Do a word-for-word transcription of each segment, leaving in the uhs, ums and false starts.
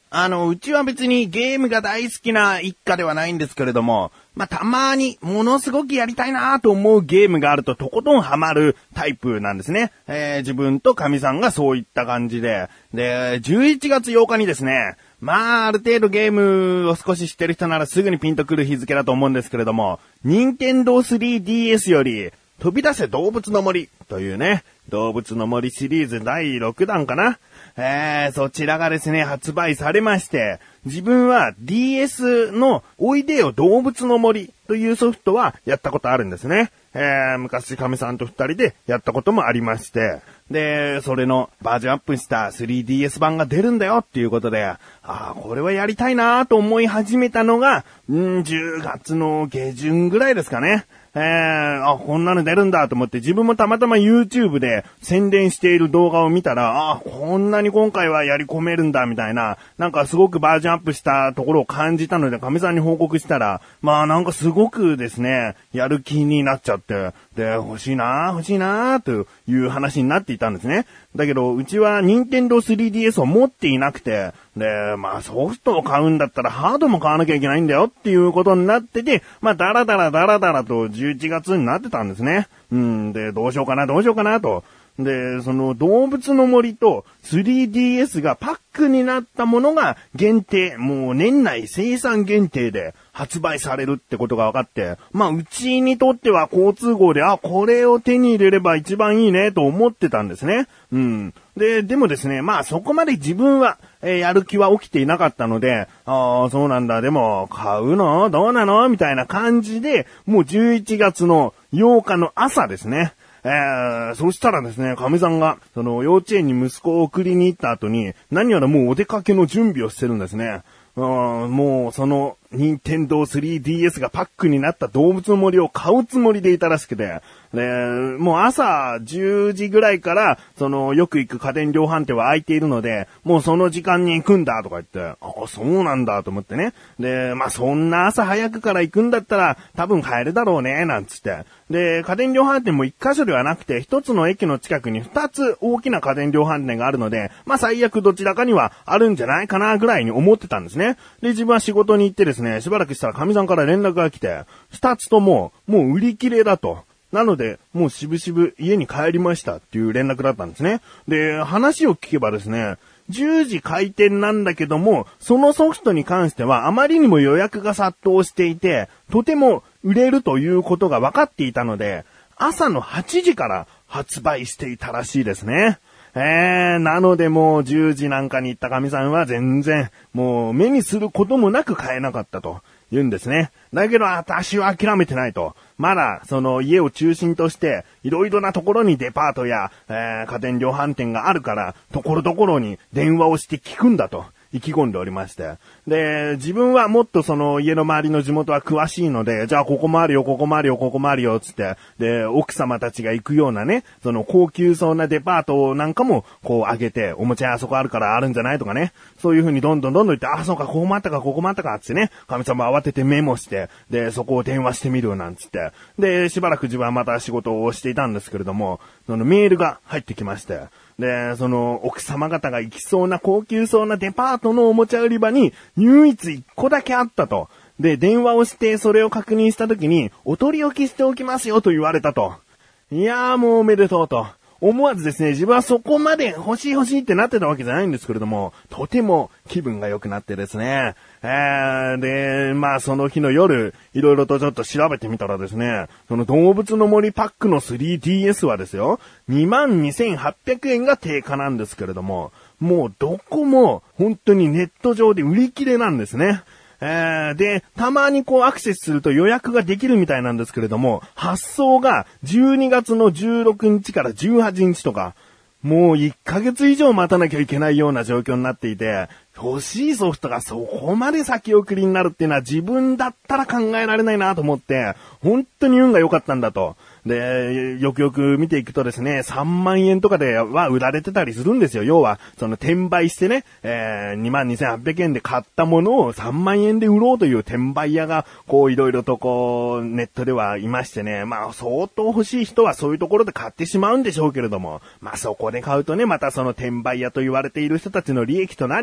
あの、うちは別にゲームが大好きな一家ではないんですけれども、まあ、たまにものすごくやりたいなと思うゲームがあるととことんハマるタイプなんですね。えー、自分と神さんがそういった感じで。で、じゅういちがつようかにですね、まあ、ある程度ゲームを少し知ってる人ならすぐにピンとくる日付だと思うんですけれども、任天堂 スリーディーエス より、飛び出せ動物の森というね、動物の森シリーズだいろくだんかな。えー、そちらがですね、発売されまして、自分は ディーエス のおいでよ動物の森というソフトはやったことあるんですね。えー、昔神さんと二人でやったこともありまして、で、それのバージョンアップした スリーディーエス 版が出るんだよっていうことで、ああ、これはやりたいなと思い始めたのが、んじゅうがつの下旬ぐらいですかね。えー、あ、こんなの出るんだと思って自分もたまたま YouTube で宣伝している動画を見たら、あ、こんなに今回はやり込めるんだみたいな、なんかすごくバージョンアップしたところを感じたので、神さんに報告したら、まあなんかすごくですね、やる気になっちゃって、で、欲しいな欲しいなという話になっていたんですね。だけど、うちは任天堂 スリーディーエス を持っていなくて、で、まあソフトを買うんだったらハードも買わなきゃいけないんだよっていうことになってて、まあダラダラダラダラとじゅういちがつになってたんですね。うん、で、どうしようかな、どうしようかなと。で、その動物の森と スリーディーエス がパックになったものが限定、もう年内生産限定で発売されるってことが分かって、まあうちにとっては交通号で、あ、これを手に入れれば一番いいねと思ってたんですね。うん。で、でもですね、まあそこまで自分は、えー、やる気は起きていなかったので、ああ、そうなんだ、でも買うのどうなのみたいな感じで、もうじゅういちがつのようかの朝ですね。えー、そしたらですね、神さんが、その、幼稚園に息子を送りに行った後に、何やらもうお出かけの準備をしてるんですね。うん、もう、その、任天堂 スリーディーエス がパックになった動物の森を買うつもりでいたらしくて、で、もう朝じゅうじぐらいから、その、よく行く家電量販店は空いているので、もうその時間に行くんだとか言って、ああ、そうなんだと思ってね。で、まあ、そんな朝早くから行くんだったら、多分買えるだろうね、なんつって。で、家電量販店も一箇所ではなくて、一つの駅の近くに二つ大きな家電量販店があるので、まあ、最悪どちらかにはあるんじゃないかな、ぐらいに思ってたんですね。で、自分は仕事に行ってですね、しばらくしたら神さんから連絡が来て、二つとも、もう売り切れだと。なので、もうしぶしぶ家に帰りましたっていう連絡だったんですね。で、話を聞けばですね、じゅうじ開店なんだけども、そのソフトに関してはあまりにも予約が殺到していて、とても売れるということが分かっていたので、朝のはちじから発売していたらしいですね。えー、なのでもうじゅうじなんかに行った神さんは全然、もう目にすることもなく買えなかったと言うんですね。だけど私は諦めてないと。まだ、その家を中心として、いろいろなところにデパートや、えー、家電量販店があるから、ところどころに電話をして聞くんだと。意気込んでおりまして。で、自分はもっとその家の周りの地元は詳しいので、じゃあここもあるよ、ここもあるよ、ここもあるよ、つって、で、奥様たちが行くようなね、その高級そうなデパートなんかも、こう上げて、おもちゃあそこあるからあるんじゃないとかね、そういう風にどんどんどんどん言って、あ、そうか、ここもあったか、ここもあったか、つってね、神様慌ててメモして、で、そこを電話してみるなんつって、で、しばらく自分はまた仕事をしていたんですけれども、そのメールが入ってきまして、で、その奥様方が行きそうな高級そうなデパートのおもちゃ売り場に唯一一個だけあったと。で、電話をしてそれを確認したときにお取り置きしておきますよと言われたと。いやーもうおめでとうと。思わずですね、自分はそこまで欲しい欲しいってなってたわけじゃないんですけれども、とても気分が良くなってですね、えー、で、まあその日の夜、いろいろとちょっと調べてみたらですね、その動物の森パックの スリーディーエス はですよ、にまんにせんはっぴゃくえんが定価なんですけれども、もうどこも本当にネット上で売り切れなんですね。えー、で、たまにこうアクセスすると予約ができるみたいなんですけれども、発送がじゅうにがつのじゅうろくにちからじゅうはちにちとか、もういっかげつ以上待たなきゃいけないような状況になっていて、欲しいソフトがそこまで先送りになるっていうのは自分だったら考えられないなと思って、本当に運が良かったんだと。で、よくよく見ていくとですね、さんまんえんとかでは売られてたりするんですよ。要は、その転売してね、えー、にまんにせんはっぴゃくえんで買ったものをさんまんえんで売ろうという転売屋が、こういろいろとこう、ネットではいましてね、まあ相当欲しい人はそういうところで買ってしまうんでしょうけれども、まあそこで買うとね、またその転売屋と言われている人たちの利益となり、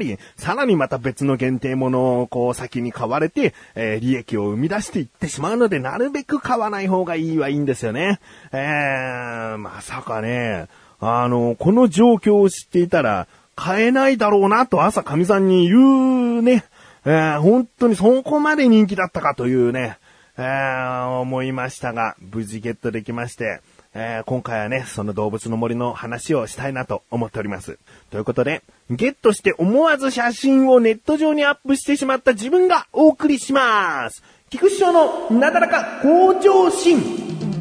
さらにまた別の限定ものをこう先に買われて、えー、利益を生み出していってしまうので、なるべく買わない方がいいはいいんですよね。えー、まさかね、あの、この状況を知っていたら、買えないだろうなと朝神さんに言うね。えー、本当にそこまで人気だったかというね、えー、思いましたが、無事ゲットできまして、えー、今回はね、その動物の森の話をしたいなと思っております。ということで、ゲットして思わず写真をネット上にアップしてしまった自分がお送りします。菊師匠のなだらか向上心。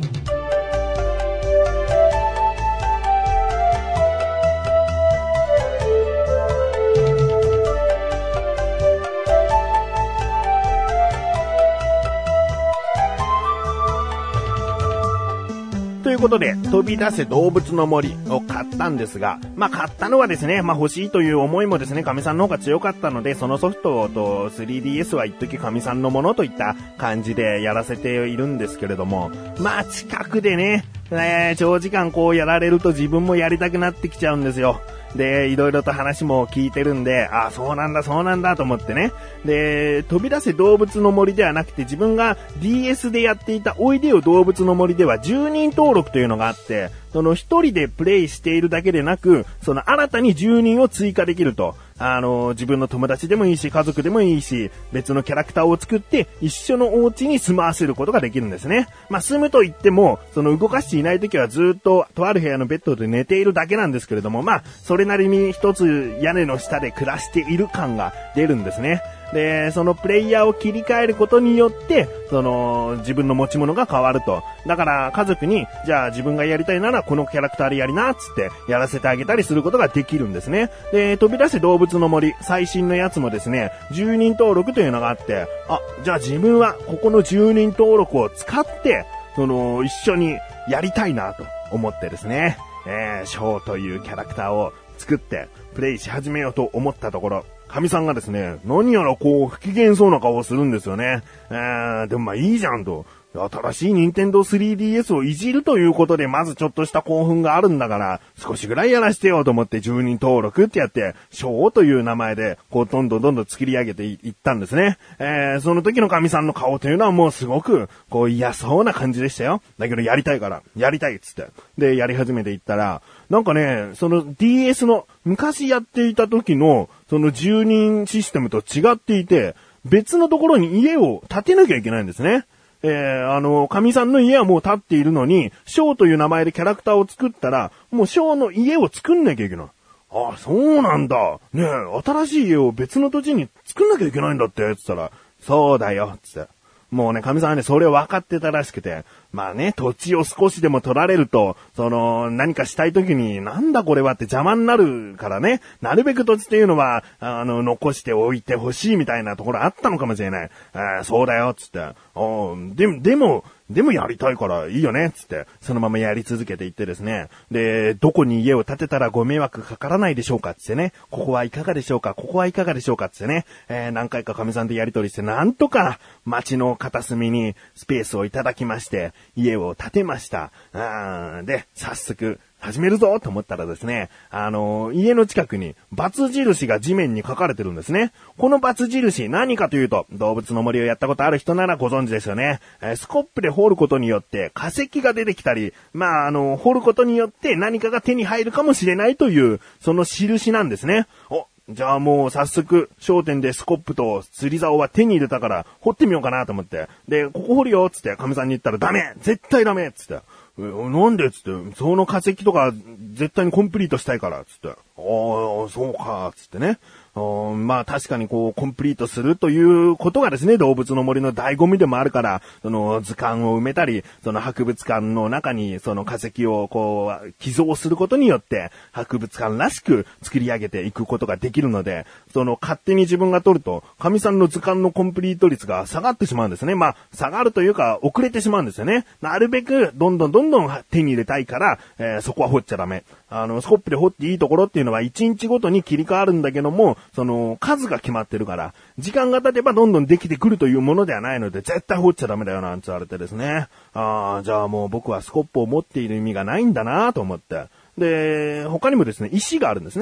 ということで、飛び出せ動物の森を買ったんですが、まあ買ったのはですね、まあ欲しいという思いもですね、神さんの方が強かったので、そのソフトと スリーディーエス は一時神さんのものといった感じでやらせているんですけれども、まあ近くでね、えー、長時間こうやられると自分もやりたくなってきちゃうんですよ。で、いろいろと話も聞いてるんで、あ、そうなんだ、そうなんだと思ってね。で、飛び出せ動物の森ではなくて、自分が ディーエス でやっていたおいでよ動物の森ではじゅうにん登録というのがあって、その一人でプレイしているだけでなく、その新たにじゅうにんを追加できると。あの、自分の友達でもいいし、家族でもいいし、別のキャラクターを作って、一緒のお家に住まわせることができるんですね。まあ、住むと言っても、その動かしていない時はずっと、とある部屋のベッドで寝ているだけなんですけれども、まあ、それなりに一つ屋根の下で暮らしている感が出るんですね。で、そのプレイヤーを切り替えることによって、その、自分の持ち物が変わると。だから、家族に、じゃあ自分がやりたいならこのキャラクターでやりな、つってやらせてあげたりすることができるんですね。で、飛び出せ動物の森、最新のやつもですね、じゅうにん登録というのがあって、あ、じゃあ自分はここのじゅうにん登録を使って、その、一緒にやりたいなと思ってですね、えー、ショーというキャラクターを作って、プレイし始めようと思ったところ、神さんがですね、何やらこう不機嫌そうな顔をするんですよね。えー、でもまあいいじゃんと。新しいニンテンドースリーディーエス をいじるということで、まずちょっとした興奮があるんだから、少しぐらいやらせてよと思ってじゅうにん登録ってやって、ショーという名前で、こうどんどんどんどん作り上げていったんですね。えー、その時の神さんの顔というのはもうすごく、こう嫌そうな感じでしたよ。だけどやりたいから、やりたいっつって。で、やり始めていったら、なんかね、その ディーエス の昔やっていた時の、そのじゅうにんシステムと違っていて、別のところに家を建てなきゃいけないんですね。えー、あの、神さんの家はもう建っているのに、ショーという名前でキャラクターを作ったら、もうショーの家を作んなきゃいけない。あ、そうなんだ。ねえ、新しい家を別の土地に作んなきゃいけないんだって、つったら、そうだよ、つって。もうね、神さんはね、それを分かってたらしくて、まあね、土地を少しでも取られると、その、何かしたい時に、なんだこれはって邪魔になるからね、なるべく土地っていうのは、あの、残しておいてほしいみたいなところあったのかもしれない。あ、そうだよ、つって。でも、でも、でもやりたいからいいよね、つって、そのままやり続けていってですね。で、どこに家を建てたらご迷惑かからないでしょうか、つってね。ここはいかがでしょうか、ここはいかがでしょうか、つってね。えー、何回か神さんとやりとりして、なんとか街の片隅にスペースをいただきまして、家を建てました。あーで、早速、始めるぞと思ったらですね、あのー、家の近くに×印が地面に書かれてるんですね。この×印何かというと、動物の森をやったことある人ならご存知ですよね。えー、スコップで掘ることによって化石が出てきたり、まあ、あのー、掘ることによって何かが手に入るかもしれないという、その印なんですね。お、じゃあもう早速、商店でスコップと釣り竿は手に入れたから掘ってみようかなと思って。で、ここ掘るよつって神さんに言ったらダメ絶対ダメつって。なんでつって、その化石とか絶対にコンプリートしたいからつって。ああ、そうかつってね。まあ確かにこうコンプリートするということがですね、動物の森の醍醐味でもあるから、その図鑑を埋めたり、その博物館の中にその化石をこう寄贈することによって博物館らしく作り上げていくことができるので、その勝手に自分が取ると神さんの図鑑のコンプリート率が下がってしまうんですね。まあ下がるというか遅れてしまうんですよね。なるべくどんどんどんどん手に入れたいから、えー、そこは掘っちゃダメ。あのスコップで掘っていいところっていうのはいちにちごとに切り替わるんだけども、その数が決まってるから、時間が経てばどんどんできてくるというものではないので、絶対掘っちゃダメだよなんて言われてですね。ああ、じゃあもう僕はスコップを持っている意味がないんだなと思って。で、他にもですね、石があるんですね。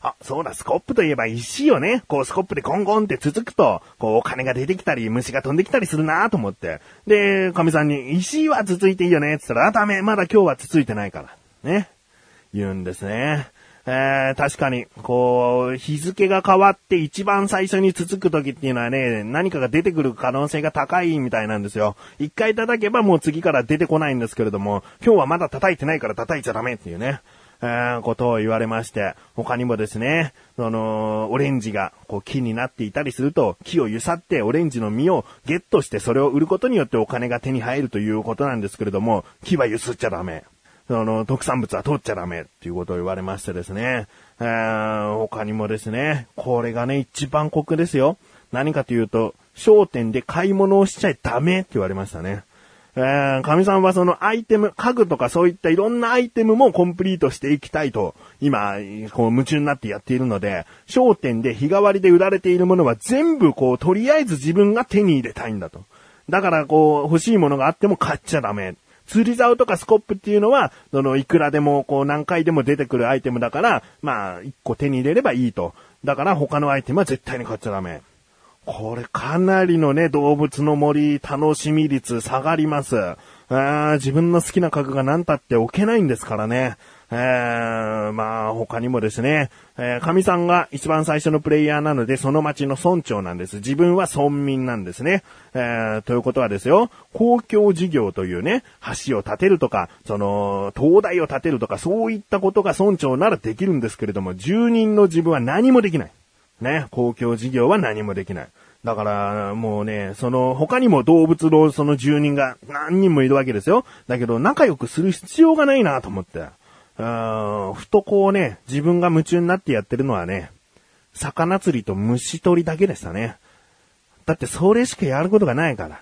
あ、そうだ、スコップといえば石をね、こうスコップでゴンゴンって続くと、こうお金が出てきたり、虫が飛んできたりするなと思って。で、神さんに、石は続いていいよねって言ったら、あ、ダメ、まだ今日は続いてないから。ね。言うんですね。えー、確かに、こう、日付が変わって一番最初に続く時っていうのはね、何かが出てくる可能性が高いみたいなんですよ。一回叩けばもう次から出てこないんですけれども、今日はまだ叩いてないから叩いちゃダメっていうね、えー、ことを言われまして、他にもですね、その、オレンジがこう木になっていたりすると、木を揺さってオレンジの実をゲットしてそれを売ることによってお金が手に入るということなんですけれども、木は揺すっちゃダメ。その特産物は取っちゃダメっていうことを言われましてですね、えー、他にもですね、これがね一番酷ですよ。何かというと、商店で買い物をしちゃダメって言われましたね。えー、神さんはそのアイテム、家具とかそういったいろんなアイテムもコンプリートしていきたいと、今、こう夢中になってやっているので、商店で日替わりで売られているものは全部こう、とりあえず自分が手に入れたいんだと。だからこう、欲しいものがあっても買っちゃダメ。釣り竿とかスコップっていうのは、その、いくらでも、こう、何回でも出てくるアイテムだから、まあ、一個手に入れればいいと。だから他のアイテムは絶対に買っちゃダメ。これかなりのね、動物の森楽しみ率下がります。あー、自分の好きな家具が何たって置けないんですからね。えー、まあ他にもですね、えー、神さんが一番最初のプレイヤーなのでその町の村長なんです。自分は村民なんですね。えー、ということはですよ、公共事業というね、橋を建てるとか、その灯台を建てるとか、そういったことが村長ならできるんですけれども、住人の自分は何もできない。ね、公共事業は何もできない。だから、もうね、その、他にも動物のその住人が何人もいるわけですよ。だけど、仲良くする必要がないなと思って。うーん、ふとこうね、自分が夢中になってやってるのはね、魚釣りと虫取りだけでしたね。だってそれしかやることがないから。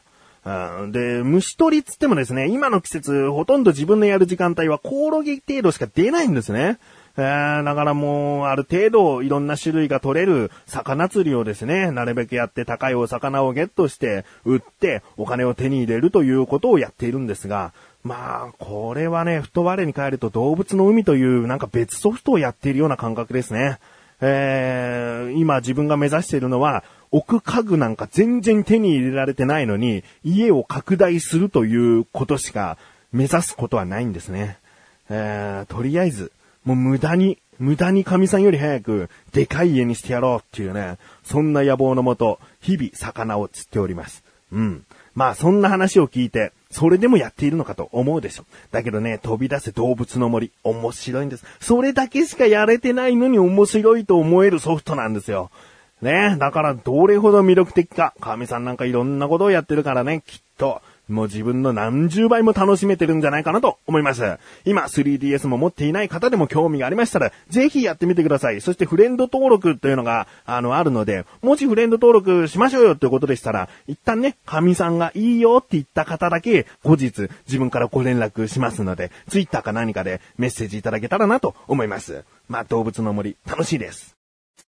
うん、で、虫取りっつってもですね、今の季節、ほとんど自分のやる時間帯はコオロギ程度しか出ないんですね。えー、だからもう、ある程度いろんな種類が取れる魚釣りをですね、なるべくやって高いお魚をゲットして、売ってお金を手に入れるということをやっているんですが、まあ、これはね、ふと我に返ると動物の海というなんか別ソフトをやっているような感覚ですね。えー、今自分が目指しているのは、置く家具なんか全然手に入れられてないのに、家を拡大するということしか目指すことはないんですね。えー、とりあえず、もう無駄に、無駄に神さんより早く、でかい家にしてやろうっていうね、そんな野望のもと、日々魚を釣っております。うん。まあそんな話を聞いて、それでもやっているのかと思うでしょ。だけどね、飛び出せ動物の森、面白いんです。それだけしかやれてないのに面白いと思えるソフトなんですよ。ね、だからどれほど魅力的か。神さんなんかいろんなことをやってるからね、きっと。もう自分の何十倍も楽しめてるんじゃないかなと思います。今 スリーディーエス も持っていない方でも興味がありましたら、ぜひやってみてください。そしてフレンド登録というのが、あの、あるので、もしフレンド登録しましょうよということでしたら、一旦ね、神さんがいいよって言った方だけ、後日自分からご連絡しますので、ツイッターか何かでメッセージいただけたらなと思います。まあ、動物の森、楽しいです。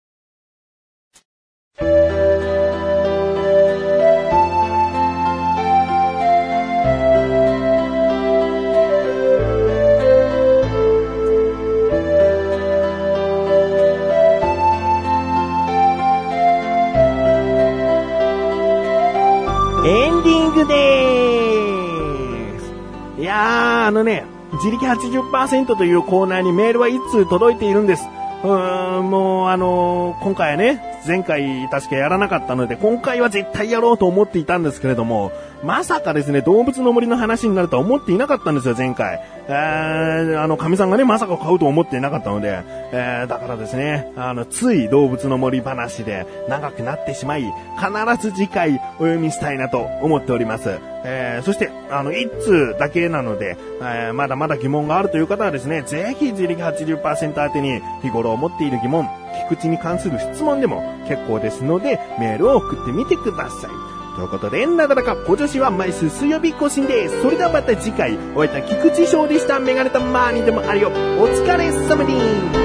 エンディングでーす。いやー、あのね、自力 はちじゅっパーセント というコーナーにメールはいつ届いているんです。うーん、もうあのー、今回はね、前回確かやらなかったので、今回は絶対やろうと思っていたんですけれども、まさかですね、動物の森の話になるとは思っていなかったんですよ、前回。えー、あの、神さんがね、まさか買うと思っていなかったので、えー、だからですね、あの、つい動物の森話で長くなってしまい、必ず次回お読みしたいなと思っております。えー、そして、あの、一通だけなので、えー、まだまだ疑問があるという方はですね、ぜひ自力 はちじゅっパーセント 宛てに日頃思っている疑問、菊池に関する質問でも結構ですので、メールを送ってみてください。ということで、なだらか小女子は毎週水曜日更新です。それではまた次回、お会いいた菊池翔でした。メガネたまーにでもあるよ。お疲れ様に。